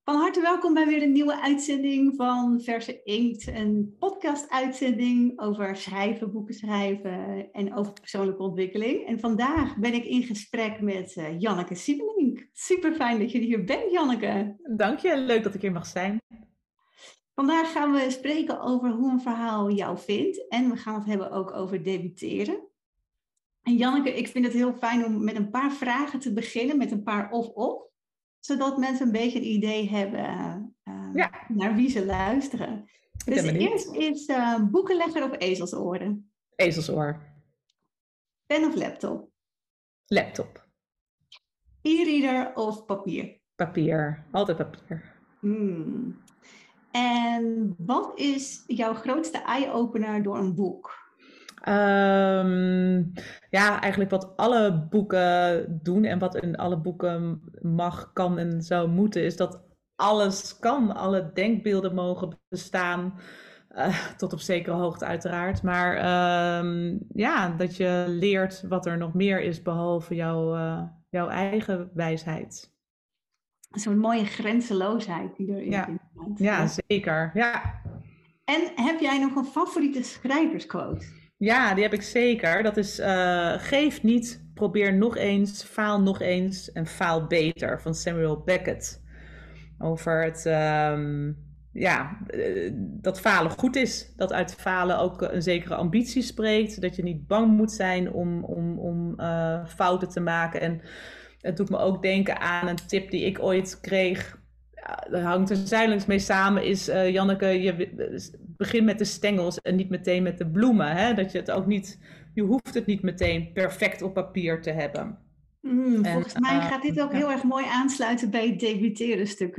Van harte welkom bij weer een nieuwe uitzending van Verse Inkt. Een podcast-uitzending over schrijven, boeken schrijven en over persoonlijke ontwikkeling. En vandaag ben ik in gesprek met Janneke Siebelink. Super fijn dat je hier bent, Janneke. Dank je, leuk dat ik hier mag zijn. Vandaag gaan we spreken over hoe een verhaal jou vindt. En we gaan het hebben ook over debuteren. En Janneke, ik vind het heel fijn om met een paar vragen te beginnen, met een paar of-of. Zodat mensen een beetje een idee hebben naar wie ze luisteren. Dus eerst is boekenlegger of ezelsoren? Ezelsoor. Pen of laptop? Laptop. E-reader of papier? Papier. Altijd papier. En wat is jouw grootste eye-opener door een boek? Eigenlijk wat alle boeken doen en wat in alle boeken mag, kan en zou moeten, is dat alles kan. Alle denkbeelden mogen bestaan, tot op zekere hoogte uiteraard. Maar dat je leert wat er nog meer is behalve jouw eigen wijsheid. Een soort mooie grenzeloosheid die erin zit. Ja, zeker. Ja. En heb jij nog een favoriete schrijversquote? Ja, die heb ik zeker. Dat is geef niet, probeer nog eens, faal nog eens en faal beter van Samuel Beckett. Over het, dat falen goed is. Dat uit falen ook een zekere ambitie spreekt. Dat je niet bang moet zijn om fouten te maken. En het doet me ook denken aan een tip die ik ooit kreeg. Dat hangt er zijdelings mee samen, is Janneke, je begin met de stengels en niet meteen met de bloemen. Hè? Dat je het ook niet, je hoeft het niet meteen perfect op papier te hebben. Volgens mij gaat dit ook heel erg mooi aansluiten bij het debuteren stuk.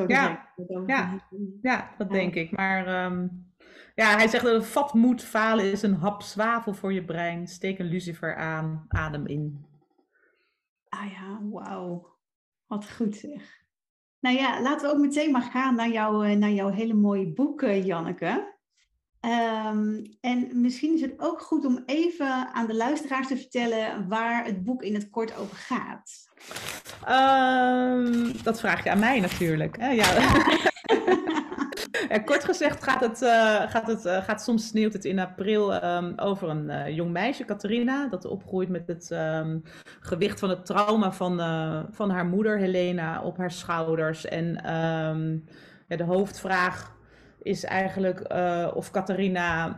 Dat denk ik. Maar hij zegt dat vat moed, falen is een hap zwavel voor je brein. Steek een lucifer aan, adem in. Ah ja, wauw. Wat goed zeg. Nou ja, laten we ook meteen maar gaan naar jouw hele mooie boek, Janneke. En misschien is het ook goed om even aan de luisteraars te vertellen waar het boek in het kort over gaat. Dat vraag je aan mij natuurlijk. Hè? Ja. Kort gezegd gaat soms sneeuwt het in april over een jong meisje, Catharina, dat opgroeit met het gewicht van het trauma van haar moeder Helena op haar schouders. En de hoofdvraag is eigenlijk of Catharina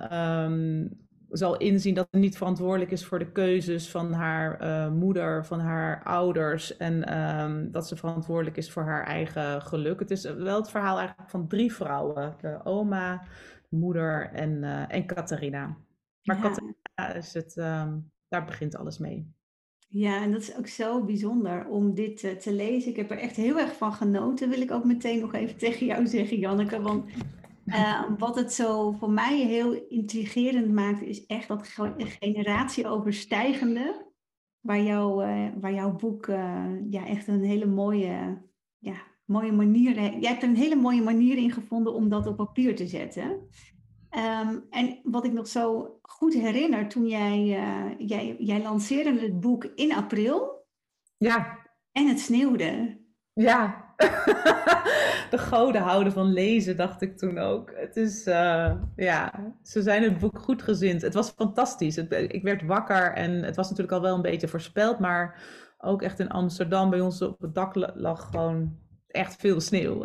zal inzien dat ze niet verantwoordelijk is voor de keuzes van haar moeder, van haar ouders. En dat ze verantwoordelijk is voor haar eigen geluk. Het is wel het verhaal eigenlijk van 3 vrouwen. De oma, de moeder en Catharina. Maar Catharina is het, daar begint alles mee. Ja, en dat is ook zo bijzonder om dit te lezen. Ik heb er echt heel erg van genoten. Wil ik ook meteen nog even tegen jou zeggen, Janneke. Want wat het zo voor mij heel intrigerend maakt, is echt dat generatieoverstijgende, waar jouw boek echt een hele mooie manier... Jij hebt er een hele mooie manier in gevonden om dat op papier te zetten. En wat ik nog zo goed herinner, toen jij lanceerde het boek in april. Ja. En het sneeuwde. Ja. De goden houden van lezen, dacht ik toen ook. Het is, ze zijn het boek goed gezind. Het was fantastisch. Ik werd wakker en het was natuurlijk al wel een beetje voorspeld, maar ook echt in Amsterdam bij ons op het dak lag gewoon echt veel sneeuw.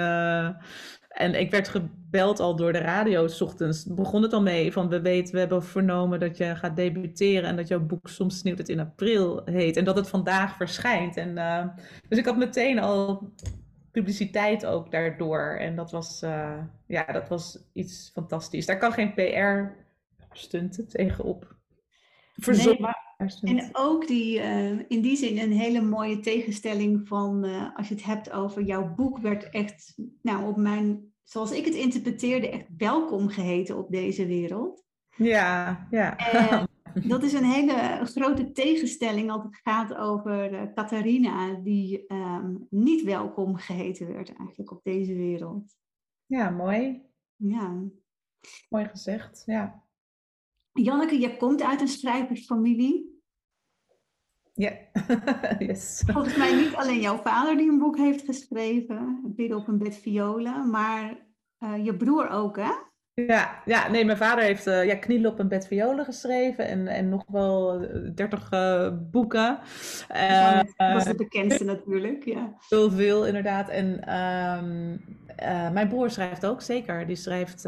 En ik werd gebeld al door de radio 's ochtends. Begon het al mee van we hebben vernomen dat je gaat debuteren en dat jouw boek Soms sneeuwt het in april heet. En dat het vandaag verschijnt. Dus ik had meteen al publiciteit ook daardoor. En dat was iets fantastisch. Daar kan geen PR-stunt tegenop. Nee, maar en ook in die zin een hele mooie tegenstelling van als je het hebt over jouw boek werd echt, zoals ik het interpreteerde, echt welkom geheten op deze wereld. Ja. Dat is een hele grote tegenstelling als het gaat over Catharina, die niet welkom geheten werd eigenlijk op deze wereld. Ja, mooi. Ja. Mooi gezegd, ja. Janneke, je komt uit een schrijversfamilie. Ja, yes. Volgens mij niet alleen jouw vader die een boek heeft geschreven, Bidden op een bed violen, maar je broer ook, hè? Ja, nee, mijn vader heeft Knielen op een bed violen geschreven en nog wel 30 boeken. Ik wou net, dat was Uh, de bekendste natuurlijk, ja. Heel veel inderdaad. En mijn broer schrijft ook zeker. Die schrijft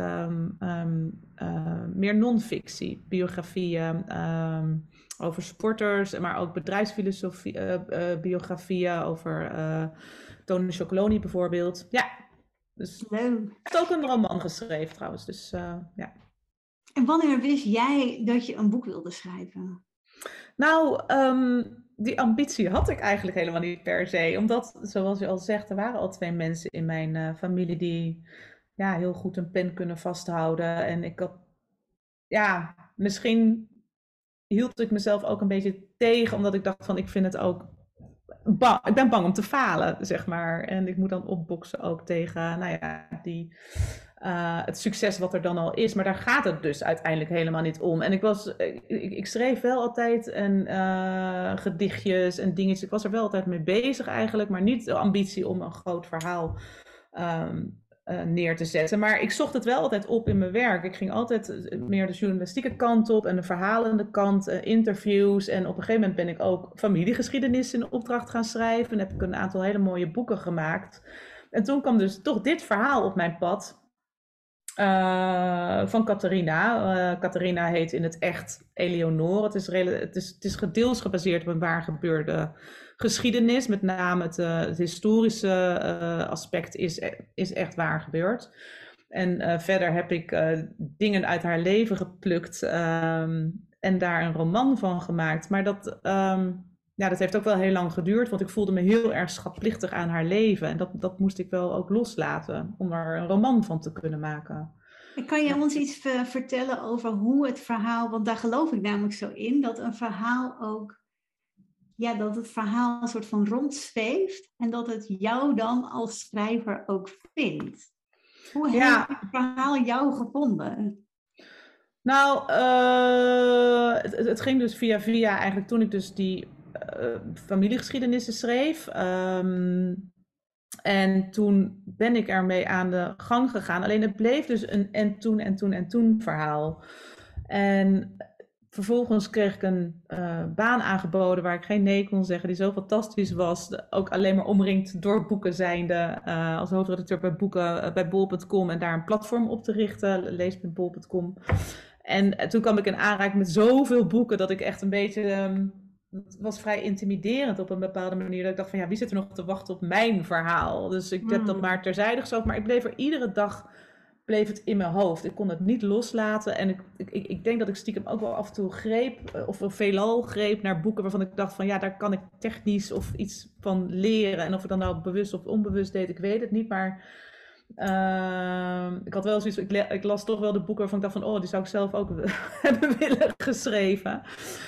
meer non-fictie, biografieën over sporters, maar ook bedrijfsfilosofie, biografieën over Tony Chocoloni bijvoorbeeld. Ja, dus hij Leuk. heeft ook een roman geschreven trouwens. Dus ja. En wanneer wist jij dat je een boek wilde schrijven? Nou, die ambitie had ik eigenlijk helemaal niet per se. Omdat, zoals je al zegt, er waren al 2 mensen in mijn familie die heel goed een pen kunnen vasthouden. En ik had, misschien hield ik mezelf ook een beetje tegen, omdat ik dacht van, ik vind het ook ik ben bang om te falen, zeg maar. En ik moet dan opboksen ook tegen, het succes wat er dan al is. Maar daar gaat het dus uiteindelijk helemaal niet om. En ik schreef wel altijd gedichtjes en dingetjes. Ik was er wel altijd mee bezig eigenlijk, maar niet de ambitie om een groot verhaal neer te zetten. Maar ik zocht het wel altijd op in mijn werk. Ik ging altijd meer de journalistieke kant op en de verhalende kant, interviews. En op een gegeven moment ben ik ook familiegeschiedenis in opdracht gaan schrijven. En heb ik een aantal hele mooie boeken gemaakt. En toen kwam dus toch dit verhaal op mijn pad. Van Catharina. Catharina heet in het echt Eleonore. Het is gedeels gebaseerd op een waar gebeurde geschiedenis. Met name het historische aspect is echt waar gebeurd. En verder heb ik dingen uit haar leven geplukt en daar een roman van gemaakt. Maar dat heeft ook wel heel lang geduurd, want ik voelde me heel erg schatplichtig aan haar leven. En dat moest ik wel ook loslaten om er een roman van te kunnen maken. Kan je ons iets vertellen over hoe het verhaal, want daar geloof ik namelijk zo in, dat een verhaal ook, dat het verhaal een soort van rondzweeft en dat het jou dan als schrijver ook vindt. Hoe heeft het verhaal jou gevonden? Nou, het ging dus via eigenlijk toen ik dus die familiegeschiedenissen schreef. En toen ben ik ermee aan de gang gegaan. Alleen het bleef dus een en toen verhaal. En vervolgens kreeg ik een baan aangeboden waar ik geen nee kon zeggen, die zo fantastisch was. Ook alleen maar omringd door boeken zijnde, als hoofdredacteur bij boeken bij bol.com en daar een platform op te richten, lees.bol.com. En toen kwam ik in aanraking met zoveel boeken dat ik echt een beetje... het was vrij intimiderend op een bepaalde manier. Dat ik dacht van wie zit er nog te wachten op mijn verhaal? Dus ik heb dat maar terzijde geschoven. Maar ik bleef er iedere dag in mijn hoofd. Ik kon het niet loslaten. En ik denk dat ik stiekem ook wel af en toe greep, of veelal greep naar boeken waarvan ik dacht van daar kan ik technisch of iets van leren. En of ik dan nou bewust of onbewust deed, ik weet het niet. Maar ik had wel zoiets, ik las toch wel de boeken waarvan ik dacht van die zou ik zelf ook hebben willen geschreven.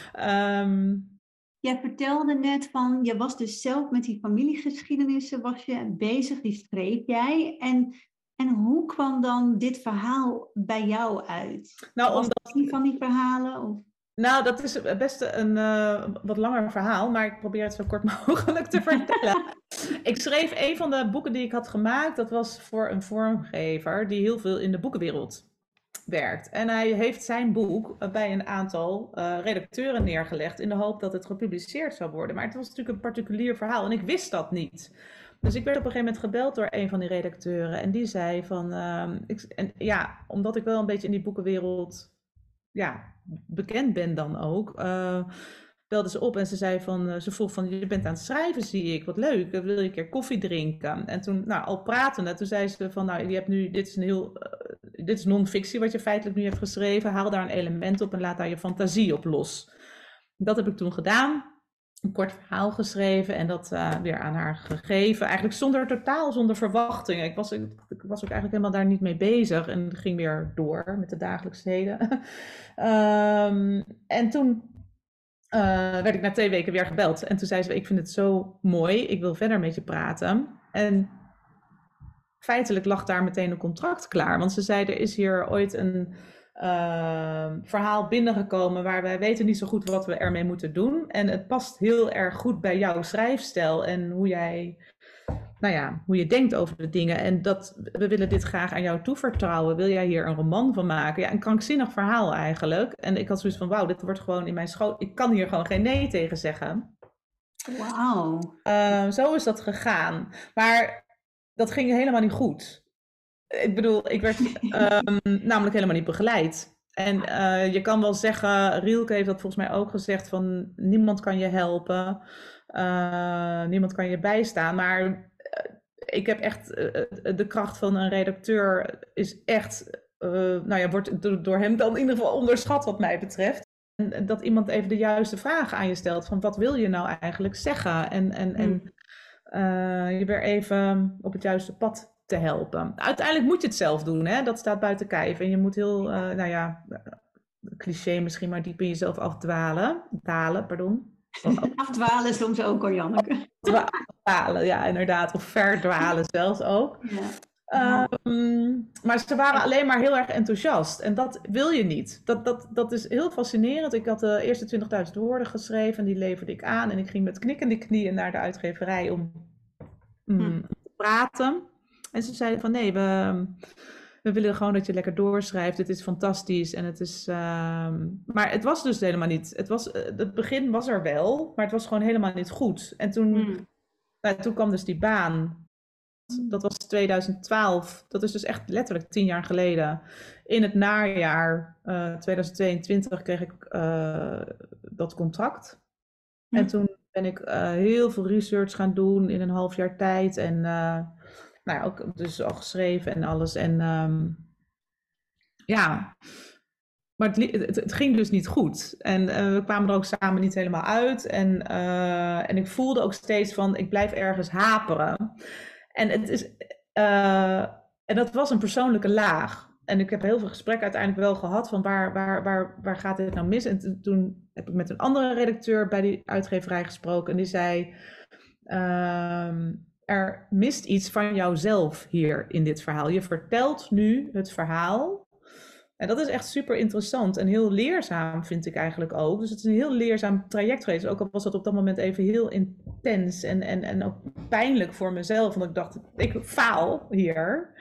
Jij vertelde net van, je was dus zelf met die familiegeschiedenissen was je bezig, die schreef jij. En hoe kwam dan dit verhaal bij jou uit? Nou, was dat een van die verhalen? Of? Nou, dat is best een wat langer verhaal, maar ik probeer het zo kort mogelijk te vertellen. Ik schreef een van de boeken die ik had gemaakt, dat was voor een vormgever die heel veel in de boekenwereld werkt. En hij heeft zijn boek bij een aantal redacteuren neergelegd in de hoop dat het gepubliceerd zou worden. Maar het was natuurlijk een particulier verhaal en ik wist dat niet. Dus ik werd op een gegeven moment gebeld door een van die redacteuren en die zei van, omdat ik wel een beetje in die boekenwereld bekend ben dan ook, belde ze op en ze zei van, ze vroeg van, je bent aan het schrijven zie ik, wat leuk, wil je een keer koffie drinken? En toen, al pratende, toen zei ze van, je hebt nu, dit is non-fictie wat je feitelijk nu hebt geschreven, haal daar een element op en laat daar je fantasie op los. Dat heb ik toen gedaan. Een kort verhaal geschreven en dat weer aan haar gegeven. Eigenlijk zonder verwachtingen. Ik was ook eigenlijk helemaal daar niet mee bezig. En ging weer door met de dagelijksheden. En toen werd ik na 2 weken weer gebeld. En toen zei ze, ik vind het zo mooi. Ik wil verder met je praten. En feitelijk lag daar meteen een contract klaar. Want ze zei, er is hier ooit verhaal binnengekomen waar wij weten niet zo goed wat we ermee moeten doen. En het past heel erg goed bij jouw schrijfstijl en hoe jij, nou ja, hoe je denkt over de dingen. En we willen dit graag aan jou toevertrouwen. Wil jij hier een roman van maken? Ja, een krankzinnig verhaal eigenlijk. En ik had zoiets van, wauw, dit wordt gewoon in mijn schoot. Ik kan hier gewoon geen nee tegen zeggen. Wauw. Zo is dat gegaan. Maar dat ging helemaal niet goed. Ik bedoel, ik werd namelijk helemaal niet begeleid. En je kan wel zeggen, Rielke heeft dat volgens mij ook gezegd, van niemand kan je helpen, niemand kan je bijstaan. Maar ik heb echt, de kracht van een redacteur is echt, nou ja, wordt door hem dan in ieder geval onderschat wat mij betreft. En dat iemand even de juiste vragen aan je stelt, van wat wil je nou eigenlijk zeggen? En je weer even op het juiste pad te helpen. Uiteindelijk moet je het zelf doen, hè? Dat staat buiten kijf. En je moet heel, nou ja, cliché misschien, maar diep in jezelf afdwalen. Afdwalen soms ook hoor, Janneke. Dwalen, ja, inderdaad. Of verdwalen zelfs ook. Ja. Maar ze waren alleen maar heel erg enthousiast. En dat wil je niet. Dat is heel fascinerend. Ik had de eerste 20.000 woorden geschreven. En die leverde ik aan. En ik ging met knikkende knieën naar de uitgeverij om te praten. En ze zeiden van nee, we willen gewoon dat je lekker doorschrijft. Het is fantastisch. En het is, maar het was dus helemaal niet. Het begin was er wel, maar het was gewoon helemaal niet goed. En toen kwam dus die baan. Dat was 2012. Dat is dus echt letterlijk 10 jaar geleden. In het najaar 2022 kreeg ik dat contract. En toen ben ik heel veel research gaan doen in een half jaar tijd. En nou ja, ook dus al geschreven en alles. En ja, maar het ging dus niet goed. En we kwamen er ook samen niet helemaal uit. En ik voelde ook steeds van, ik blijf ergens haperen. En het is, en dat was een persoonlijke laag. En ik heb heel veel gesprekken uiteindelijk wel gehad van waar gaat dit nou mis? En toen heb ik met een andere redacteur bij die uitgeverij gesproken. En die zei, er mist iets van jouzelf hier in dit verhaal. Je vertelt nu het verhaal. En dat is echt super interessant en heel leerzaam, vind ik eigenlijk ook. Dus het is een heel leerzaam traject geweest. Ook al was dat op dat moment even heel intens en ook pijnlijk voor mezelf. Want ik dacht, ik faal hier.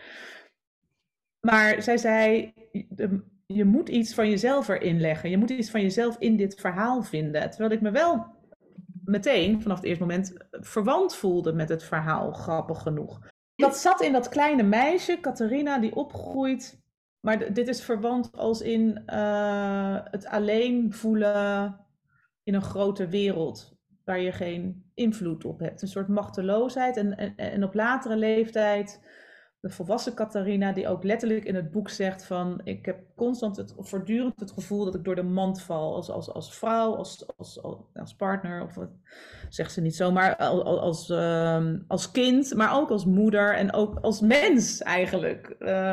Maar zij zei, je moet iets van jezelf erin leggen. Je moet iets van jezelf in dit verhaal vinden. Terwijl ik me wel meteen, vanaf het eerste moment, verwant voelde met het verhaal, grappig genoeg. Dat zat in dat kleine meisje, Catharina, die opgroeit. Maar dit is verwant als in het alleen voelen in een grote wereld waar je geen invloed op hebt. Een soort machteloosheid en op latere leeftijd de volwassen Catharina die ook letterlijk in het boek zegt van ik heb voortdurend het gevoel dat ik door de mand val als vrouw, als partner, of wat zegt ze niet zomaar, als kind, maar ook als moeder en ook als mens eigenlijk.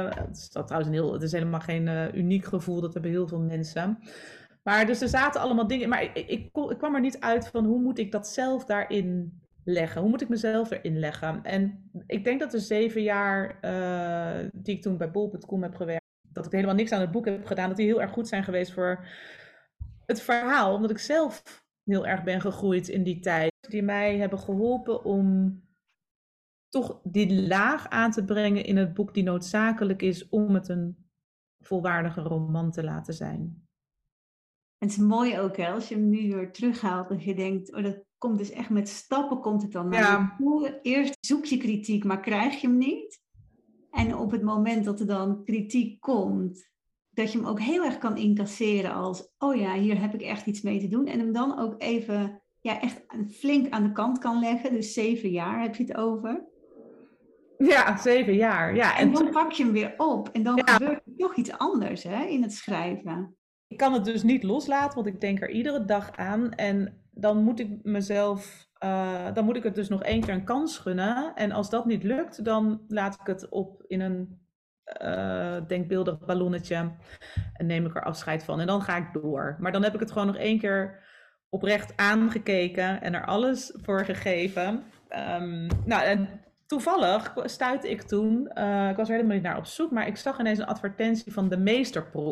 Het is helemaal geen uniek gevoel, dat hebben heel veel mensen. Maar dus er zaten allemaal dingen, maar ik kwam er niet uit van hoe moet ik dat zelf daarin leggen? Hoe moet ik mezelf erin leggen? En ik denk dat de 7 jaar die ik toen bij bol.com heb gewerkt, dat ik helemaal niks aan het boek heb gedaan, dat die heel erg goed zijn geweest voor het verhaal, omdat ik zelf heel erg ben gegroeid in die tijd. Die mij hebben geholpen om toch die laag aan te brengen in het boek die noodzakelijk is om het een volwaardige roman te laten zijn. En het is mooi ook, hè, als je hem nu weer terughaalt, dat je denkt, oh, dat komt dus echt met stappen komt het dan naar. Ja. Eerst zoek je kritiek, maar krijg je hem niet. En op het moment dat er dan kritiek komt, dat je hem ook heel erg kan incasseren als, oh ja, hier heb ik echt iets mee te doen. En hem dan ook even, ja, echt flink aan de kant kan leggen. Dus 7 jaar heb je het over. Ja, 7 jaar. Ja. En dan pak je hem weer op. En dan gebeurt er toch iets anders, hè, in het schrijven. Ik kan het dus niet loslaten, want ik denk er iedere dag aan. En dan moet ik mezelf, dan moet ik het dus nog 1 keer een kans gunnen. En als dat niet lukt, dan laat ik het op in een denkbeeldig ballonnetje. En neem ik er afscheid van. En dan ga ik door. Maar dan heb ik het gewoon nog 1 keer oprecht aangekeken en er alles voor gegeven. Nou, en toevallig stuitte ik toen, ik was er helemaal niet naar op zoek, maar ik zag ineens een advertentie van de Meesterproef.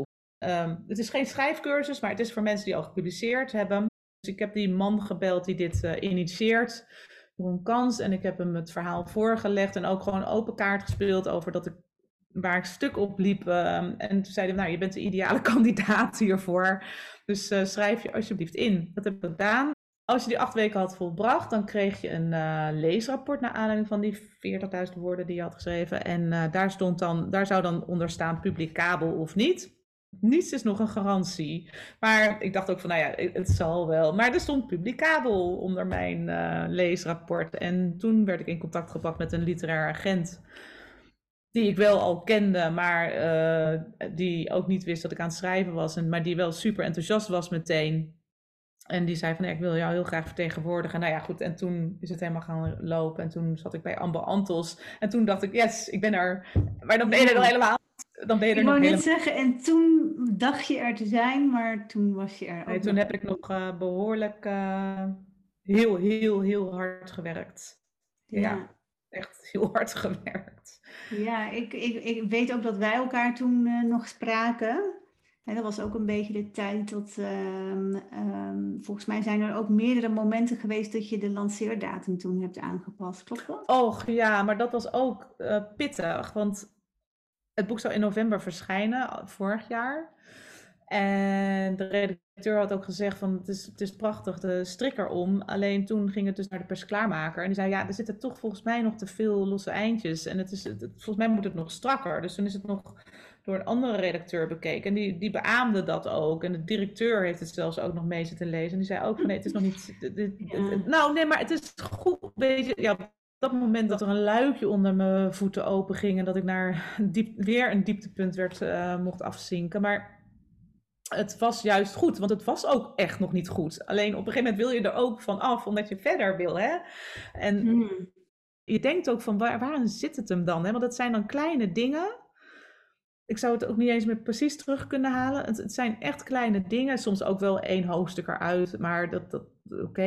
het is geen schrijfcursus, maar het is voor mensen die al gepubliceerd hebben. Dus ik heb die man gebeld die dit initieert voor een kans. En ik heb hem het verhaal voorgelegd en ook gewoon open kaart gespeeld over waar ik stuk op liep. En toen zei hij, nou, je bent de ideale kandidaat hiervoor. Dus schrijf je alsjeblieft in. Dat heb ik gedaan. Als je die 8 weken had volbracht, dan kreeg je een leesrapport naar aanleiding van die 40.000 woorden die je had geschreven. En daar zou dan onder staan publicabel of niet. Niets is nog een garantie. Maar ik dacht ook van, nou ja, het zal wel. Maar er stond publicabel onder mijn leesrapport. En toen werd ik in contact gebracht met een literair agent. Die ik wel al kende, maar die ook niet wist dat ik aan het schrijven was. Maar die wel super enthousiast was meteen. En die zei van, ik wil jou heel graag vertegenwoordigen. Nou ja, goed. En toen is het helemaal gaan lopen. En toen zat ik bij Amber Antos. En toen dacht ik, yes, ik ben er. Maar dan ben je er nog helemaal. Dan ben je er Ik nog wou net helemaal. zeggen, en toen dacht je er te zijn, maar toen was je er ook Nee, toen heb ik nog behoorlijk heel, heel, heel hard gewerkt. Ja, echt heel hard gewerkt. Ja, ik weet ook dat wij elkaar toen nog spraken. En dat was ook een beetje de tijd dat, volgens mij zijn er ook meerdere momenten geweest dat je de lanceerdatum toen hebt aangepast. Klopt dat? Och ja, maar dat was ook pittig, want het boek zou in november verschijnen, vorig jaar. En de redacteur had ook gezegd van, het is prachtig, de strik erom. Alleen toen ging het dus naar de persklaarmaker. En die zei, ja, er zitten toch volgens mij nog te veel losse eindjes. En volgens mij moet het nog strakker. Dus toen is het nog door een andere redacteur bekeken. En die beaamde dat ook. En de directeur heeft het zelfs ook nog mee zitten lezen. En die zei ook van, nee, het is nog niet... Nou, nee, maar het is goed, beetje... Ja, op dat moment dat er een luikje onder mijn voeten open ging en dat ik naar weer een dieptepunt mocht afzinken. Maar het was juist goed, want het was ook echt nog niet goed. Alleen op een gegeven moment wil je er ook van af, omdat je verder wil. Hè? En je denkt ook van, waarin zit het hem dan? Hè? Want het zijn dan kleine dingen. Ik zou het ook niet eens meer precies terug kunnen halen. Het zijn echt kleine dingen. Soms ook wel 1 hoofdstuk eruit, maar oké.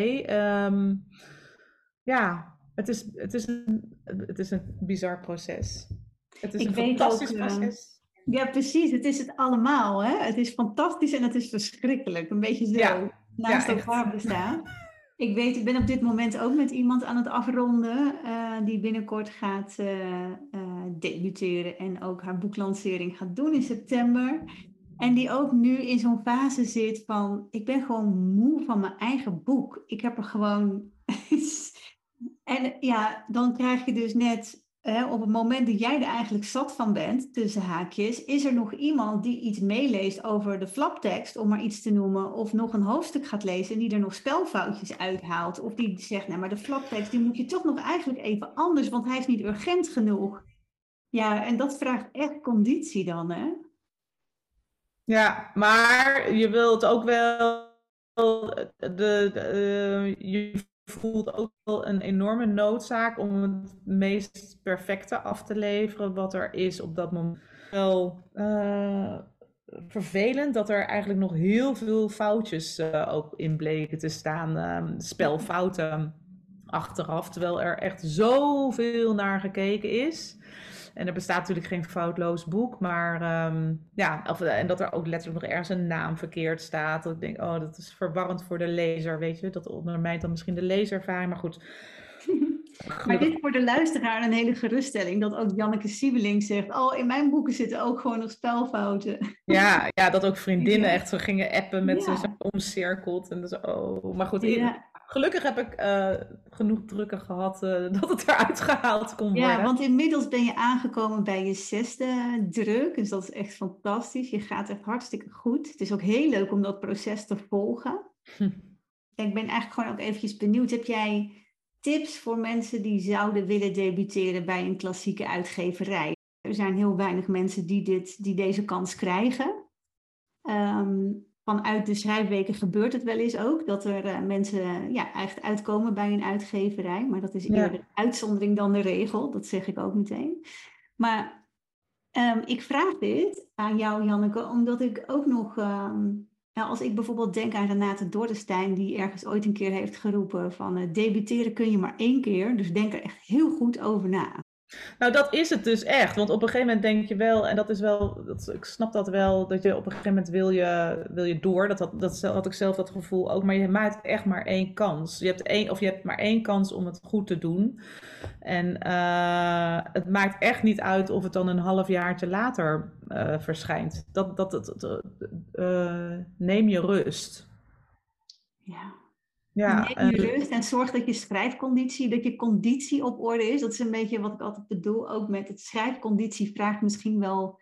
Ja, het is een bizar proces. Het is een fantastisch proces. Ja, precies. Het is het allemaal. Hè? Het is fantastisch en het is verschrikkelijk. Een beetje zo naast elkaar bestaan. Ik ben op dit moment ook met iemand aan het afronden die binnenkort gaat debuteren en ook haar boeklancering gaat doen in september. En die ook nu in zo'n fase zit van, ik ben gewoon moe van mijn eigen boek. Ik heb er gewoon... En ja, dan krijg je dus net... op het moment dat jij er eigenlijk zat van bent, tussen haakjes, is er nog iemand die iets meeleest over de flaptekst, om maar iets te noemen, of nog een hoofdstuk gaat lezen en die er nog spelfoutjes uithaalt. Of die zegt, nou, maar de flaptekst die moet je toch nog eigenlijk even anders, want hij is niet urgent genoeg. Ja, en dat vraagt echt conditie dan, hè? Ja, maar je wilt ook wel... je voelt ook wel een enorme noodzaak om het meest perfecte af te leveren wat er is op dat moment. Wel vervelend dat er eigenlijk nog heel veel foutjes ook in bleken te staan. Spelfouten achteraf, terwijl er echt zoveel naar gekeken is. En er bestaat natuurlijk geen foutloos boek, maar en dat er ook letterlijk nog ergens een naam verkeerd staat. Dat ik denk, oh, dat is verwarrend voor de lezer, weet je. Dat ondermijnt dan misschien de leeservaring, maar goed. Maar dit is voor de luisteraar een hele geruststelling, dat ook Janneke Siebeling zegt, oh, in mijn boeken zitten ook gewoon nog spelfouten. Ja, dat ook vriendinnen echt zo gingen appen met zo omcirkeld. En dus, oh, maar goed, gelukkig heb ik genoeg drukken gehad dat het eruit gehaald kon worden. Ja, want inmiddels ben je aangekomen bij je 6e druk. Dus dat is echt fantastisch. Je gaat echt hartstikke goed. Het is ook heel leuk om dat proces te volgen. Ik ben eigenlijk gewoon ook eventjes benieuwd. Heb jij tips voor mensen die zouden willen debuteren bij een klassieke uitgeverij? Er zijn heel weinig mensen die deze kans krijgen. Vanuit de schrijfweken gebeurt het wel eens ook, dat er mensen echt uitkomen bij een uitgeverij. Maar dat is eerder de uitzondering dan de regel, dat zeg ik ook meteen. Maar ik vraag dit aan jou, Janneke, omdat ik ook nog... als ik bijvoorbeeld denk aan Renate Dorrestein, die ergens ooit een keer heeft geroepen van debuteren kun je maar 1 keer. Dus denk er echt heel goed over na. Nou, dat is het dus echt. Want op een gegeven moment denk je wel, en dat is wel, ik snap dat wel, dat je op een gegeven moment wil je door. Dat had ik zelf dat gevoel ook. Maar je maakt echt maar één kans. Je hebt maar één kans om het goed te doen. En het maakt echt niet uit of het dan een half jaartje later verschijnt. Neem je rust. Ja. Ja, Neem je rust en zorg dat je schrijfconditie, dat je conditie op orde is. Dat is een beetje wat ik altijd bedoel, ook met het schrijfconditie vraagt misschien wel,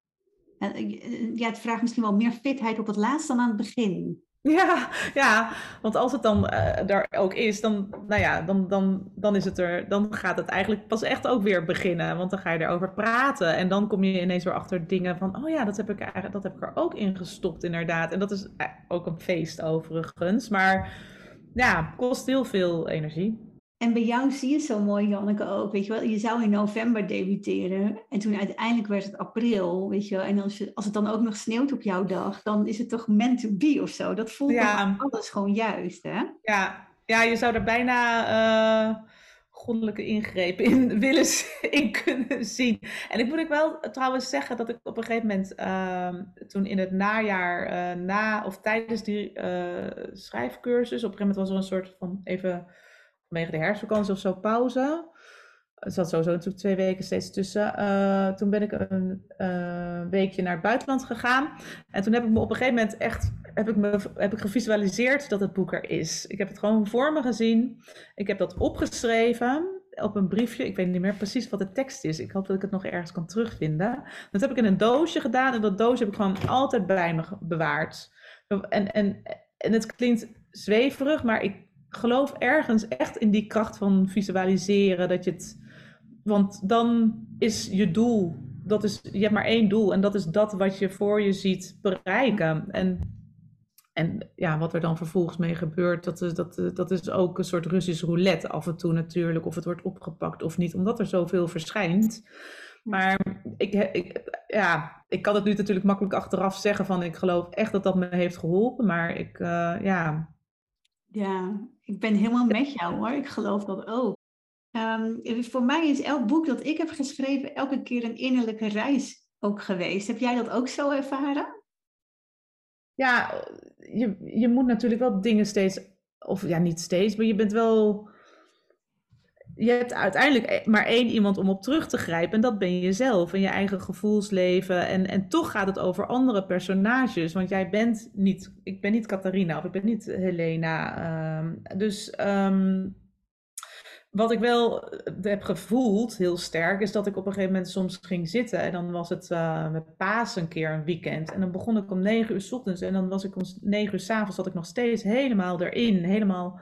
ja, het vraagt misschien wel meer fitheid op het laatst dan aan het begin. ja, want als het dan daar ook is, dan, nou ja, dan is het er, dan gaat het eigenlijk pas echt ook weer beginnen. Want dan ga je erover praten en dan kom je ineens weer achter dingen van, oh ja, dat heb ik er ook in gestopt inderdaad. En dat is ook een feest overigens, maar ja, kost heel veel energie. En bij jou zie je het zo mooi, Janneke, ook. Weet je wel, je zou in november debuteren. En toen uiteindelijk werd het april, weet je wel. En als het dan ook nog sneeuwt op jouw dag, dan is het toch meant to be of zo. Dat voelt dan Ja, alles gewoon juist, hè? ja, je zou er bijna goddelijke ingrepen in in kunnen zien. En ik moet ook wel trouwens zeggen dat ik op een gegeven moment, toen in het najaar, na of tijdens die schrijfcursus, op een gegeven moment was er een soort van even vanwege de herfstvakantie of zo pauze. Er zat sowieso natuurlijk 2 weken steeds tussen. Toen ben ik een weekje naar het buitenland gegaan. En toen heb ik me op een gegeven moment echt heb ik gevisualiseerd dat het boek er is. Ik heb het gewoon voor me gezien. Ik heb dat opgeschreven op een briefje. Ik weet niet meer precies wat de tekst is. Ik hoop dat ik het nog ergens kan terugvinden. Dat heb ik in een doosje gedaan. En dat doosje heb ik gewoon altijd bij me bewaard. En het klinkt zweverig, maar ik geloof ergens echt in die kracht van visualiseren. Want dan is je doel, je hebt maar één doel en dat is dat wat je voor je ziet bereiken. En ja, wat er dan vervolgens mee gebeurt, dat is ook een soort Russisch roulette af en toe natuurlijk. Of het wordt opgepakt of niet, omdat er zoveel verschijnt. Maar ik kan het nu natuurlijk makkelijk achteraf zeggen van ik geloof echt dat dat me heeft geholpen. Maar ja. Ja, ik ben helemaal met jou hoor. Ik geloof dat ook. Voor mij is elk boek dat ik heb geschreven elke keer een innerlijke reis ook geweest. Heb jij dat ook zo ervaren? Ja, je moet natuurlijk wel dingen steeds, of ja, niet steeds, maar je bent wel. Je hebt uiteindelijk maar één iemand om op terug te grijpen en dat ben je zelf en je eigen gevoelsleven. En toch gaat het over andere personages, want ik ben niet Catharina of ik ben niet Helena. Wat ik wel heb gevoeld, heel sterk, is dat ik op een gegeven moment soms ging zitten. En dan was het met Paas een keer een weekend. En dan begon ik om 9 uur 's ochtends. En dan was ik om 9 uur 's avonds zat ik nog steeds helemaal erin. Helemaal.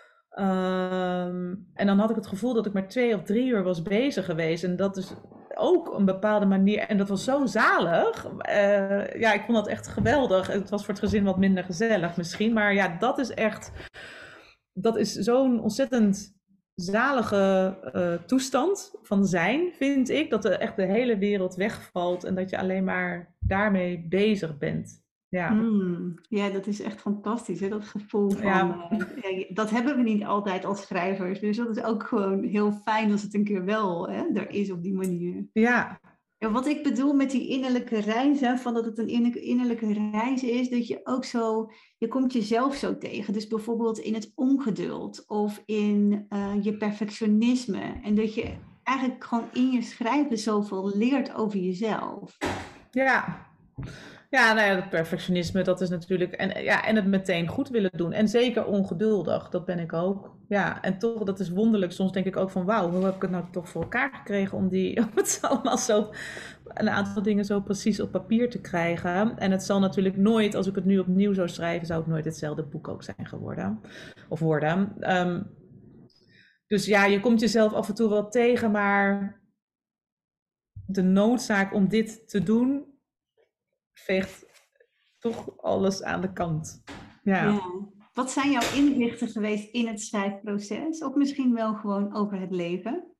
En dan had ik het gevoel dat ik maar 2 of 3 uur was bezig geweest. En dat is ook een bepaalde manier. En dat was zo zalig. Ja, ik vond dat echt geweldig. Het was voor het gezin wat minder gezellig misschien. Maar ja, dat is zo'n ontzettend zalige toestand van zijn, vind ik. Dat echt de hele wereld wegvalt en dat je alleen maar daarmee bezig bent. Ja, Ja, dat is echt fantastisch, hè? Dat gevoel van, ja, ja, dat hebben we niet altijd als schrijvers. Dus dat is ook gewoon heel fijn als het een keer wel hè, er is op die manier. ja, Ja, wat ik bedoel met die innerlijke reis, hè, van dat het een innerlijke reis is, dat je ook zo, je komt jezelf zo tegen. Dus bijvoorbeeld in het ongeduld of in je perfectionisme. En dat je eigenlijk gewoon in je schrijven zoveel leert over jezelf. ja. Ja, nou ja, dat perfectionisme, dat is natuurlijk. En het meteen goed willen doen. En zeker ongeduldig, dat ben ik ook. Ja, en toch, dat is wonderlijk. Soms denk ik ook van, wauw, hoe heb ik het nou toch voor elkaar gekregen om het allemaal zo, een aantal dingen zo precies op papier te krijgen. En het zal natuurlijk nooit, als ik het nu opnieuw zou schrijven, zou het nooit hetzelfde boek ook zijn geworden. Of worden. Dus ja, je komt jezelf af en toe wel tegen, maar de noodzaak om dit te doen veegt toch alles aan de kant. Ja. Ja. Wat zijn jouw inzichten geweest in het schrijfproces? Of misschien wel gewoon over het leven?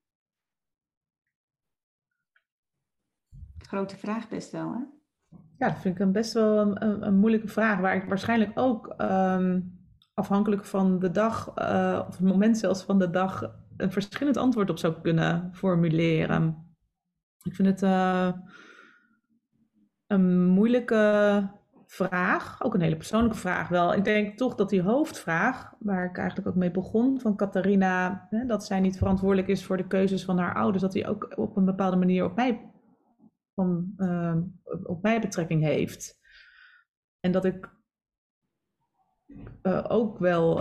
Grote vraag best wel, hè? Ja, dat vind ik best wel een moeilijke vraag, waar ik waarschijnlijk ook afhankelijk van de dag, of het moment zelfs van de dag, een verschillend antwoord op zou kunnen formuleren. Ik vind het een moeilijke vraag, ook een hele persoonlijke vraag wel. Ik denk toch dat die hoofdvraag, waar ik eigenlijk ook mee begon, van Catharina, dat zij niet verantwoordelijk is voor de keuzes van haar ouders, dat die ook op een bepaalde manier op mij betrekking heeft. En dat ik ook wel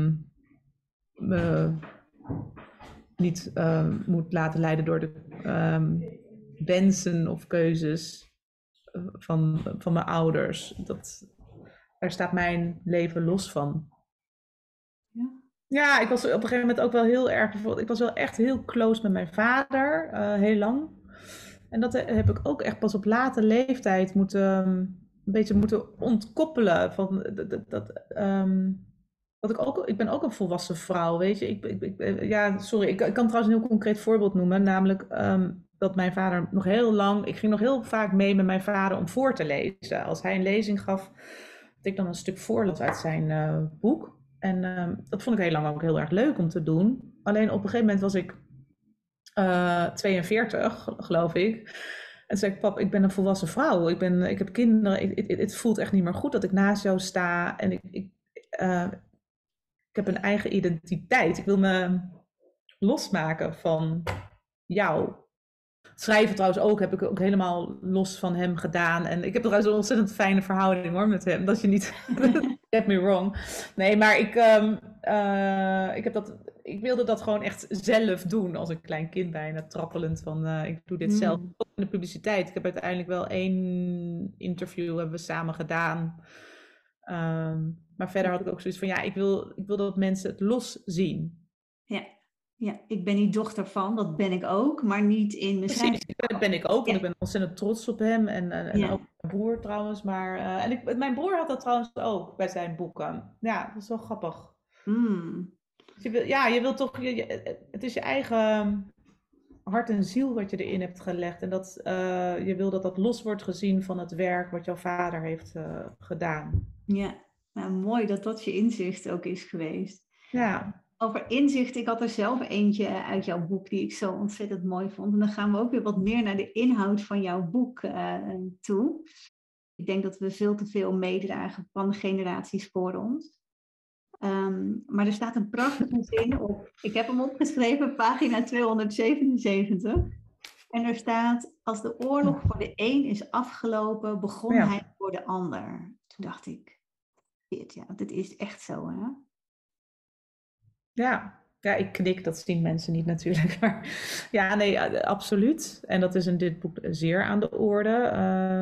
me niet moet laten leiden door de wensen of keuzes van mijn ouders. Daar staat mijn leven los van. Ja. Ja, ik was op een gegeven moment ook wel heel erg... Ik was wel echt heel close met mijn vader, heel lang. En dat heb ik ook echt pas op late leeftijd een beetje moeten ontkoppelen. Ik ben ook een volwassen vrouw, weet je. Ik kan trouwens een heel concreet voorbeeld noemen. Namelijk dat mijn vader nog heel lang... Ik ging nog heel vaak mee met mijn vader om voor te lezen. Als hij een lezing gaf, dat ik dan een stuk voorlas uit zijn boek. En dat vond ik heel lang ook heel erg leuk om te doen. Alleen op een gegeven moment was ik 42, geloof ik. En toen zei ik, pap, ik ben een volwassen vrouw. Ik heb kinderen. Het voelt echt niet meer goed dat ik naast jou sta. En ik heb een eigen identiteit. Ik wil me losmaken van jou. Schrijven trouwens ook, heb ik ook helemaal los van hem gedaan. En ik heb trouwens een ontzettend fijne verhouding hoor met hem. Dat je niet... Get me wrong. Nee, maar ik wilde dat gewoon echt zelf doen. Als een klein kind bijna trappelend van ik doe dit zelf. Ook in de publiciteit. Ik heb uiteindelijk wel 1 interview hebben we samen gedaan. Maar verder had ik ook zoiets van ik wil dat mensen het los zien. Ja, ik ben niet dochter van, dat ben ik ook, maar niet in mijn schrijven. Precies, dat ben ik ook. En ik ben ontzettend trots op hem. En ook mijn broer trouwens. Maar, mijn broer had dat trouwens ook bij zijn boeken. Ja, dat is wel grappig. Dus je wilt toch... het is je eigen hart en ziel wat je erin hebt gelegd. En dat je wil dat los wordt gezien van het werk wat jouw vader heeft gedaan. Ja, nou, mooi dat dat je inzicht ook is geweest. Ja. Over inzicht, ik had er zelf eentje uit jouw boek die ik zo ontzettend mooi vond. En dan gaan we ook weer wat meer naar de inhoud van jouw boek toe. Ik denk dat we veel te veel meedragen van de generaties voor ons. Maar er staat een prachtige zin op. Ik heb hem opgeschreven, pagina 277. En er staat, als de oorlog voor de een is afgelopen, begon hij voor de ander. Toen dacht ik, dit is echt zo, hè? Ja, ik knik, dat zien mensen niet natuurlijk. Maar ja, nee, absoluut. En dat is in dit boek zeer aan de orde.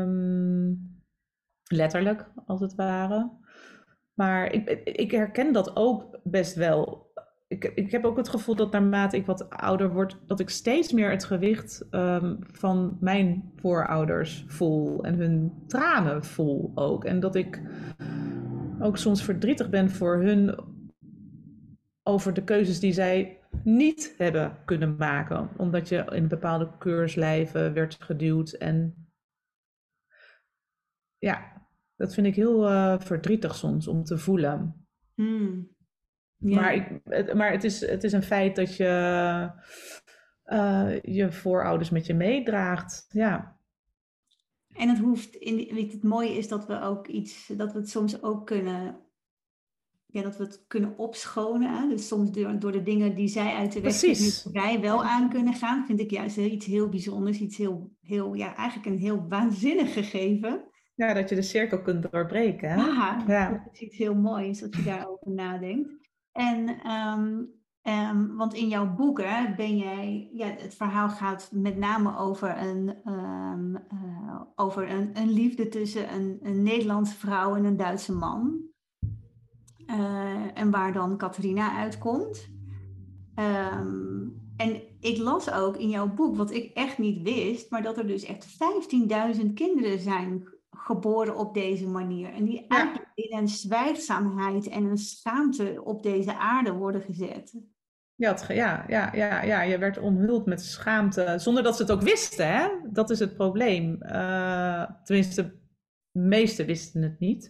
Letterlijk, als het ware. Maar ik herken dat ook best wel. Ik heb ook het gevoel dat naarmate ik wat ouder word, dat ik steeds meer het gewicht van mijn voorouders voel. En hun tranen voel ook. En dat ik ook soms verdrietig ben voor hun over de keuzes die zij niet hebben kunnen maken. Omdat je in bepaalde keurslijven werd geduwd. En ja, dat vind ik heel verdrietig soms om te voelen. Ja. Maar het is een feit dat je je voorouders met je meedraagt. Ja. En het hoeft, het mooie is dat we het soms ook kunnen... Ja, dat we het kunnen opschonen. Hè? Dus soms door de dingen die zij uit de weg wij wel aan kunnen gaan, vind ik juist iets heel bijzonders. Iets heel, eigenlijk een heel waanzinnig gegeven. Ja, dat je de cirkel kunt doorbreken. Hè? Ja, dat is iets heel moois dat je daarover nadenkt. En want in jouw boek ben jij, het verhaal gaat met name over een liefde tussen een Nederlandse vrouw en een Duitse man. En waar dan Catharina uitkomt. En ik las ook in jouw boek, wat ik echt niet wist, maar dat er dus echt 15.000 kinderen zijn geboren op deze manier. En die eigenlijk in een zwijgzaamheid en een schaamte op deze aarde worden gezet. Ja, je werd omhuld met schaamte, zonder dat ze het ook wisten, hè? Dat is het probleem. Tenminste, de meesten wisten het niet.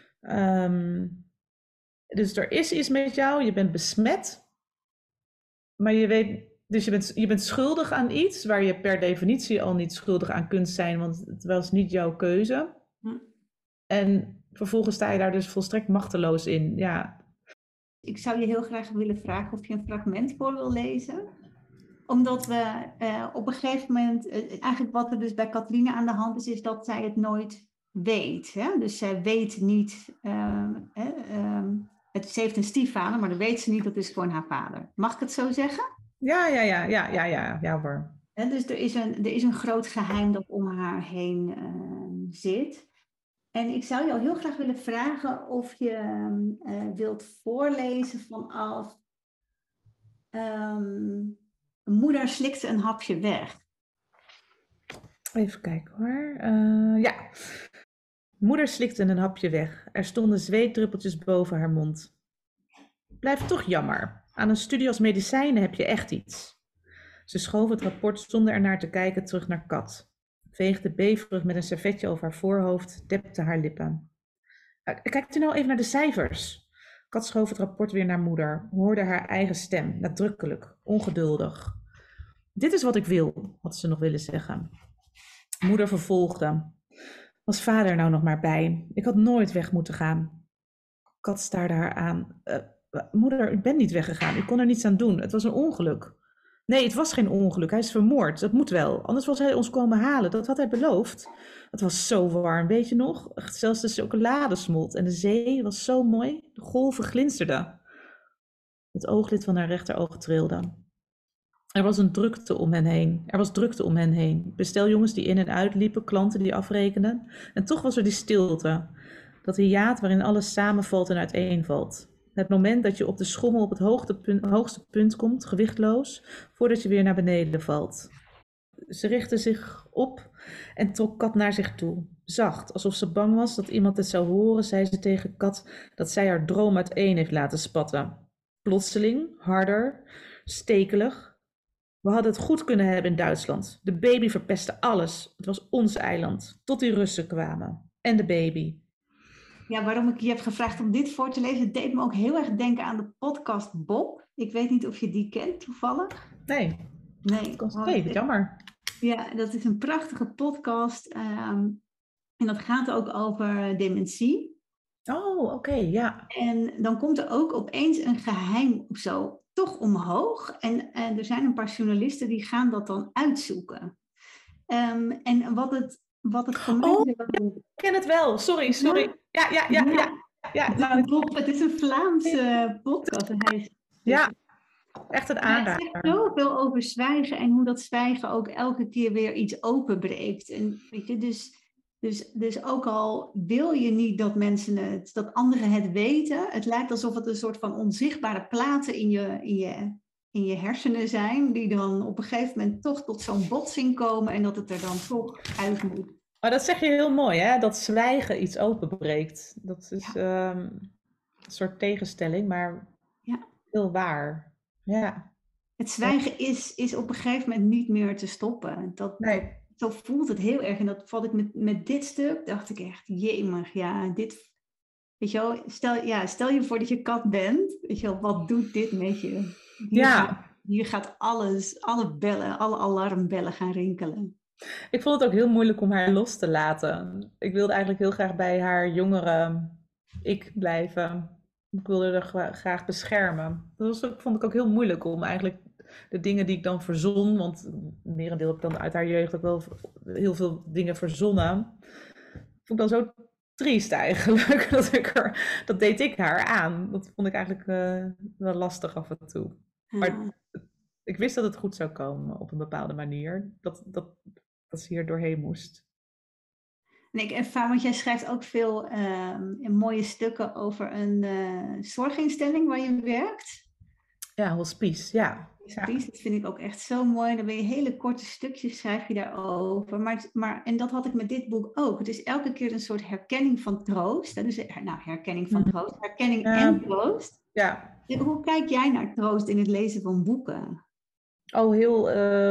Dus er is iets met jou, je bent besmet. Maar je weet, dus je bent schuldig aan iets waar je per definitie al niet schuldig aan kunt zijn, want het was niet jouw keuze. Hm. En vervolgens sta je daar dus volstrekt machteloos in. Ja. Ik zou je heel graag willen vragen of je een fragment voor wil lezen. Omdat we op een gegeven moment, eigenlijk wat er dus bij Catharina aan de hand is dat zij het nooit weet. Hè? Dus zij weet niet, ze heeft een stiefvader, maar dan weet ze niet, dat is gewoon haar vader. Mag ik het zo zeggen? Ja hoor. Dus er is een groot geheim dat om haar heen zit. En ik zou jou heel graag willen vragen of je wilt voorlezen vanaf moeder slikte een hapje weg. Even kijken hoor. Ja. Moeder slikte een hapje weg. Er stonden zweetdruppeltjes boven haar mond. Blijft toch jammer. Aan een studie als medicijnen heb je echt iets. Ze schoof het rapport zonder ernaar te kijken terug naar Kat. Veegde beverig met een servetje over haar voorhoofd, depte haar lippen. Kijkt u nou even naar de cijfers. Kat schoof het rapport weer naar moeder, hoorde haar eigen stem, nadrukkelijk, ongeduldig. Dit is wat ik wil, had ze nog willen zeggen. Moeder vervolgde. Was vader nou nog maar bij? Ik had nooit weg moeten gaan. Kat staarde haar aan. Moeder, u bent niet weggegaan. U kon er niets aan doen. Het was een ongeluk. Nee, het was geen ongeluk. Hij is vermoord. Dat moet wel. Anders was hij ons komen halen. Dat had hij beloofd. Het was zo warm, weet je nog? Zelfs de chocolade smolt. En de zee was zo mooi. De golven glinsterden. Het ooglid van haar rechteroog trilde. Er was een drukte om hen heen. Er was drukte om hen heen. Besteljongens die in en uit liepen, klanten die afrekenden. En toch was er die stilte. Dat hiaat waarin alles samenvalt en uiteenvalt. Het moment dat je op de schommel op het hoogste punt komt, gewichtloos, voordat je weer naar beneden valt. Ze richtte zich op en trok Kat naar zich toe. Zacht, alsof ze bang was dat iemand het zou horen, zei ze tegen Kat dat zij haar droom uiteen heeft laten spatten. Plotseling, harder, stekelig. We hadden het goed kunnen hebben in Duitsland. De baby verpestte alles. Het was ons eiland. Tot die Russen kwamen. En de baby. Ja, waarom ik je heb gevraagd om dit voor te lezen, het deed me ook heel erg denken aan de podcast Bob. Ik weet niet of je die kent toevallig. Nee, jammer. Ja, dat is een prachtige podcast. En dat gaat ook over dementie. Oh, oké, ja. En dan komt er ook opeens een geheim of zo toch omhoog. En er zijn een paar journalisten die gaan dat dan uitzoeken. En wat het voor mij... Ik ken het wel. Sorry. Ja. Het is een Vlaamse podcast. Ja, echt een aanrader. Het zegt zoveel over zwijgen en hoe dat zwijgen ook elke keer weer iets openbreekt. En weet je, dus ook al wil je niet dat dat anderen het weten, het lijkt alsof het een soort van onzichtbare platen in je hersenen zijn, die dan op een gegeven moment toch tot zo'n botsing komen en dat het er dan toch uit moet. Maar dat zeg je heel mooi, hè? Dat zwijgen iets openbreekt. Dat is een soort tegenstelling, maar heel waar. Ja. Het zwijgen is op een gegeven moment niet meer te stoppen. Zo voelt het heel erg. En dat vond ik met dit stuk, dacht ik echt, jemig, ja, dit... Weet je wel, stel je voor dat je kat bent. Weet je wel, wat doet dit met je? Hier gaat alle alarmbellen gaan rinkelen. Ik vond het ook heel moeilijk om haar los te laten. Ik wilde eigenlijk heel graag bij haar jongere ik blijven. Ik wilde haar graag beschermen. Dat vond ik ook heel moeilijk om eigenlijk de dingen die ik dan verzon, want merendeel heb ik dan uit haar jeugd ook wel heel veel dingen verzonnen. Vond ik dan zo triest eigenlijk. Dat deed ik haar aan. Dat vond ik eigenlijk wel lastig af en toe. Maar ik wist dat het goed zou komen op een bepaalde manier. Dat ze hier doorheen moest. En ik ervaar, want jij schrijft ook veel mooie stukken over een zorginstelling waar je werkt. Ja, hospice, ja. Hospice, dat vind ik ook echt zo mooi. Dan ben je hele korte stukjes, schrijf je daarover. En dat had ik met dit boek ook. Het is elke keer een soort herkenning van troost. Dus, herkenning van troost. Herkenning en troost. Ja. Hoe kijk jij naar troost in het lezen van boeken? Oh, heel...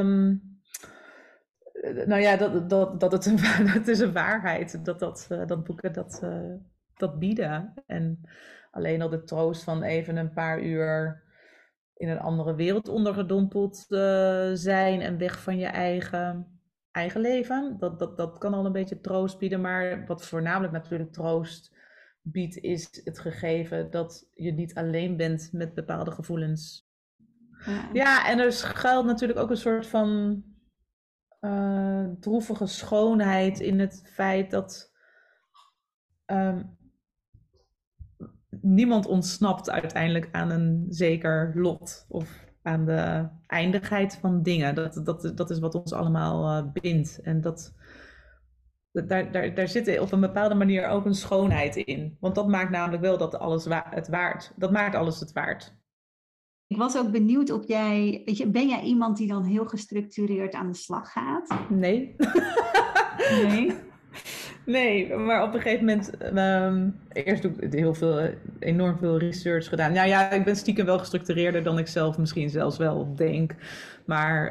nou ja, het is een waarheid dat boeken dat bieden. En alleen al de troost van even een paar uur in een andere wereld ondergedompeld zijn en weg van je eigen leven. Dat kan al een beetje troost bieden, maar wat voornamelijk natuurlijk troost biedt, is het gegeven dat je niet alleen bent met bepaalde gevoelens. Ja, en er schuilt natuurlijk ook een soort van droevige schoonheid in het feit dat niemand ontsnapt uiteindelijk aan een zeker lot of aan de eindigheid van dingen. Dat is wat ons allemaal bindt. En daar zit op een bepaalde manier ook een schoonheid in. Want dat maakt namelijk wel dat alles het waard. Dat maakt alles het waard. Ik was ook benieuwd of ben jij iemand die dan heel gestructureerd aan de slag gaat? Nee. Nee? Nee, maar op een gegeven moment, eerst doe ik enorm veel research gedaan. Nou ja, ik ben stiekem wel gestructureerder dan ik zelf misschien zelfs wel denk. Maar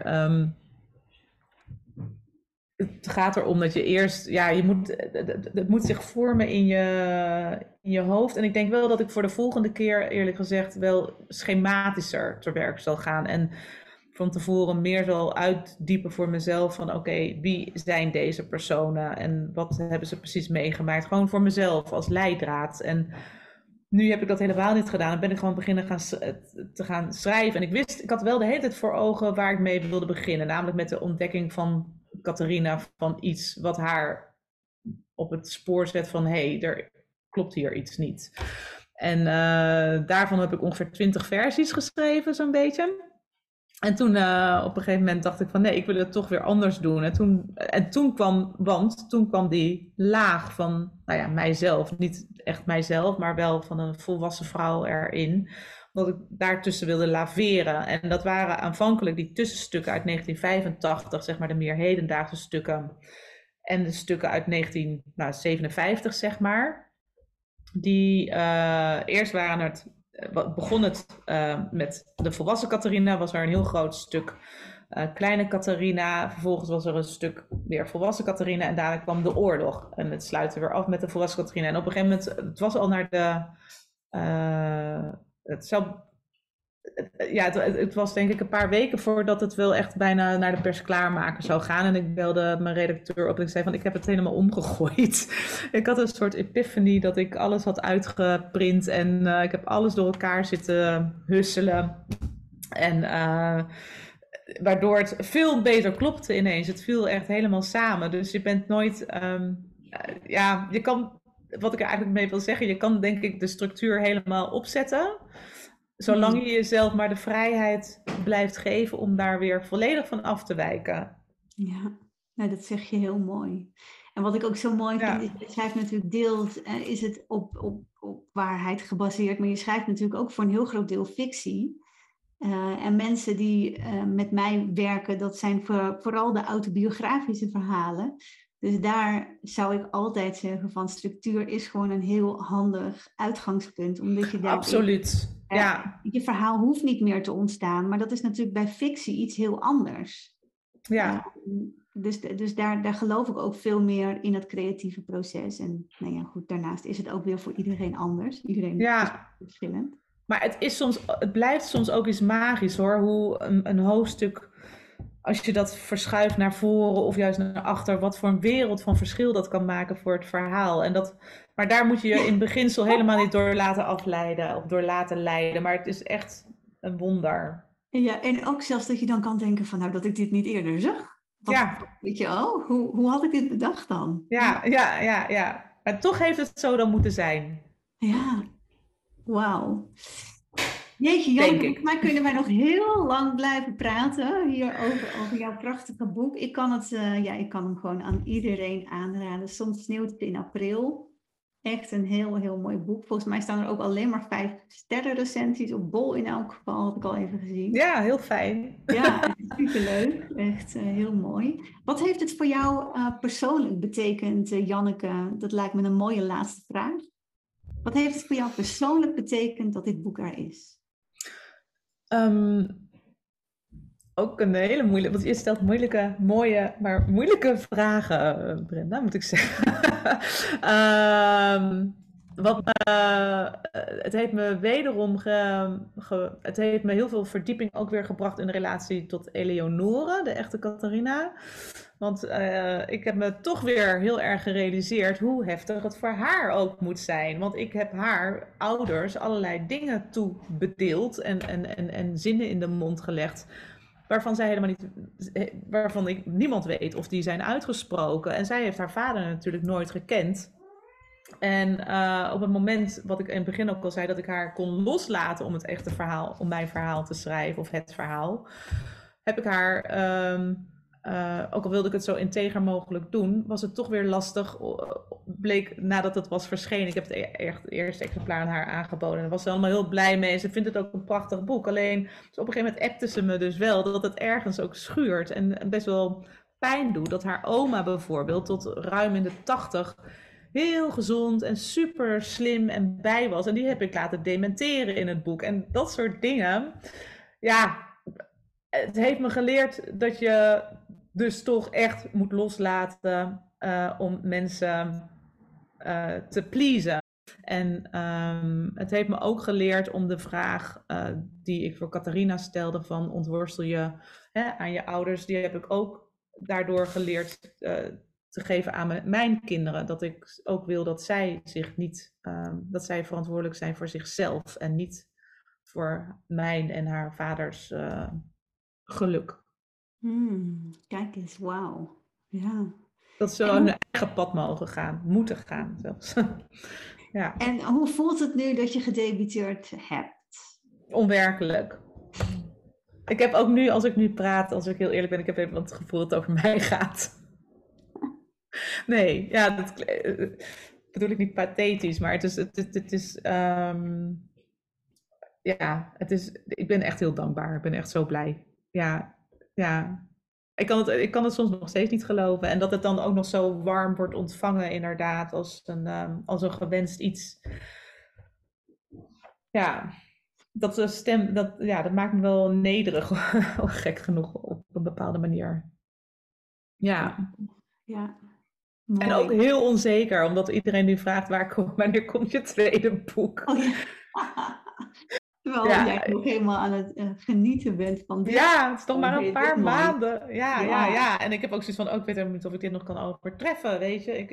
het gaat erom dat je eerst, ja, het moet zich vormen in je hoofd. En ik denk wel dat ik voor de volgende keer, eerlijk gezegd, wel schematischer te werk zal gaan. En van tevoren meer zal uitdiepen voor mezelf van oké, wie zijn deze personen en wat hebben ze precies meegemaakt? Gewoon voor mezelf als leidraad. En nu heb ik dat helemaal niet gedaan. Dan ben ik gewoon beginnen te gaan schrijven. En ik had wel de hele tijd voor ogen waar ik mee wilde beginnen. Namelijk met de ontdekking van Catharina van iets wat haar op het spoor zet van er klopt hier iets niet. En daarvan heb ik ongeveer 20 versies geschreven, zo'n beetje. En toen op een gegeven moment dacht ik van nee, ik wil het toch weer anders doen. En toen kwam die laag van mijzelf. Niet echt mijzelf, maar wel van een volwassen vrouw erin. Dat ik daartussen wilde laveren. En dat waren aanvankelijk die tussenstukken uit 1985, zeg maar de meer hedendaagse stukken. En de stukken uit 1957, zeg maar. Die eerst begon het met de volwassen Catharina, was er een heel groot stuk kleine Catharina. Vervolgens was er een stuk weer volwassen Catharina en daarna kwam de oorlog. En het sluitte weer af met de volwassen Catharina. En op een gegeven moment, het was al naar de... het was denk ik een paar weken voordat het wel echt bijna naar de pers klaarmaken zou gaan. En ik belde mijn redacteur op en ik zei van ik heb het helemaal omgegooid. Ik had een soort epiphany dat ik alles had uitgeprint en ik heb alles door elkaar zitten husselen. En waardoor het veel beter klopte ineens. Het viel echt helemaal samen. Dus je bent nooit... je kan... Wat ik er eigenlijk mee wil zeggen, je kan denk ik de structuur helemaal opzetten. Zolang je jezelf maar de vrijheid blijft geven om daar weer volledig van af te wijken. Ja, nou, dat zeg je heel mooi. En wat ik ook zo mooi vind, is je schrijft natuurlijk deels, is het op waarheid gebaseerd, maar je schrijft natuurlijk ook voor een heel groot deel fictie. En mensen die met mij werken, dat zijn vooral de autobiografische verhalen. Dus daar zou ik altijd zeggen van structuur is gewoon een heel handig uitgangspunt. Omdat je daar absoluut. Ja. Je verhaal hoeft niet meer te ontstaan, maar dat is natuurlijk bij fictie iets heel anders. Ja. Dus daar geloof ik ook veel meer in het creatieve proces. En nou ja, goed, daarnaast is het ook weer voor iedereen anders. Iedereen is verschillend. Maar het blijft soms ook iets magisch hoor, hoe een hoofdstuk, als je dat verschuift naar voren of juist naar achter, wat voor een wereld van verschil dat kan maken voor het verhaal. Maar daar moet je je in beginsel helemaal niet door laten afleiden of door laten leiden. Maar het is echt een wonder. Ja, en ook zelfs dat je dan kan denken van nou dat ik dit niet eerder zag. Weet je, hoe had ik dit bedacht dan? Ja. Maar toch heeft het zo dan moeten zijn. Ja, wauw. Jeetje, Jan, volgens mij kunnen wij nog heel lang blijven praten hierover, over jouw prachtige boek. Ik kan hem gewoon aan iedereen aanraden. Soms sneeuwt het in april. Echt een heel, heel mooi boek. Volgens mij staan er ook alleen maar 5 sterren recensies op Bol in elk geval, had ik al even gezien. Ja, heel fijn. Ja, superleuk. Echt heel mooi. Wat heeft het voor jou persoonlijk betekend, Janneke? Dat lijkt me een mooie laatste vraag. Wat heeft het voor jou persoonlijk betekend dat dit boek er is? Ook een hele moeilijke, want je stelt mooie, maar moeilijke vragen, Brenda, moet ik zeggen. Het heeft me wederom het heeft me heel veel verdieping ook weer gebracht in de relatie tot Eleonore, de echte Catharina. Want ik heb me toch weer heel erg gerealiseerd hoe heftig het voor haar ook moet zijn. Want ik heb haar ouders allerlei dingen toebedeeld en zinnen in de mond gelegd. Waarvan zij helemaal niet, waarvan niemand weet of die zijn uitgesproken. En zij heeft haar vader natuurlijk nooit gekend. En op het moment, wat ik in het begin ook al zei, dat ik haar kon loslaten om het echte verhaal, om mijn verhaal te schrijven of het verhaal, heb ik haar, ook al wilde ik het zo integer mogelijk doen, was het toch weer lastig. Bleek nadat het was verschenen, ik heb het eerste exemplaar aan haar aangeboden en daar was ze allemaal heel blij mee. Ze vindt het ook een prachtig boek. Alleen dus op een gegeven moment appte ze me dus wel dat het ergens ook schuurt en best wel pijn doet. Dat haar oma bijvoorbeeld tot ruim in de 80 heel gezond en super slim en bij was. En die heb ik laten dementeren in het boek. En dat soort dingen. Ja, het heeft me geleerd dat je dus toch echt moet loslaten om mensen te pleasen. En het heeft me ook geleerd om de vraag die ik voor Catharina stelde van ontworstel je aan je ouders. Die heb ik ook daardoor geleerd te geven aan mijn kinderen. Dat ik ook wil dat zij zich niet, dat zij verantwoordelijk zijn voor zichzelf en niet voor mijn en haar vaders geluk. Kijk eens, wauw. Ja. Dat ze hun eigen pad mogen gaan, moeten gaan zelfs. Ja. En hoe voelt het nu dat je gedebuteerd hebt? Onwerkelijk. Ik heb ook nu, als ik nu praat, als ik heel eerlijk ben, ik heb even het gevoel dat het over mij gaat. Nee, ja, dat bedoel ik niet pathetisch, maar ik ben echt heel dankbaar. Ik ben echt zo blij. Ja. Ik kan het soms nog steeds niet geloven. En dat het dan ook nog zo warm wordt ontvangen, inderdaad, als een gewenst iets. Ja, dat maakt me wel nederig, gek genoeg, op een bepaalde manier. Ja. Mooi. En ook heel onzeker, omdat iedereen nu vraagt, wanneer komt je tweede boek? Oh, ja. Terwijl jij nog helemaal aan het genieten bent van dit. Ja, het is nog maar een paar maanden. Ja. En ik heb ook zoiets van, ik weet niet of ik dit nog kan overtreffen, weet je.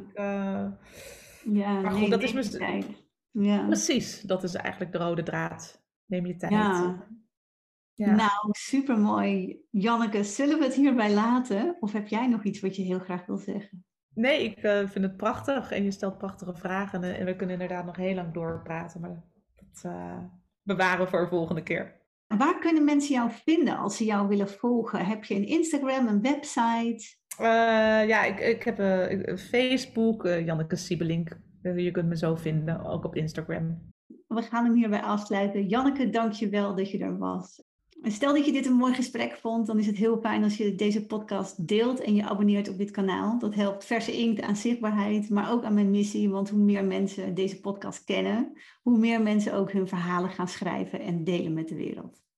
Maar goed, dat is misschien... Ja. Precies, dat is eigenlijk de rode draad. Neem je tijd. Ja. Nou, supermooi. Janneke, zullen we het hierbij laten? Of heb jij nog iets wat je heel graag wil zeggen? Nee, ik vind het prachtig en je stelt prachtige vragen. En we kunnen inderdaad nog heel lang doorpraten, maar dat bewaren we voor de volgende keer. Waar kunnen mensen jou vinden als ze jou willen volgen? Heb je een Instagram, een website? Ik heb Facebook, Janneke Siebelink. Je kunt me zo vinden, ook op Instagram. We gaan hem hierbij afsluiten. Janneke, dank je wel dat je er was. En stel dat je dit een mooi gesprek vond, dan is het heel fijn als je deze podcast deelt en je abonneert op dit kanaal. Dat helpt Verse Inkt aan zichtbaarheid, maar ook aan mijn missie. Want hoe meer mensen deze podcast kennen, hoe meer mensen ook hun verhalen gaan schrijven en delen met de wereld.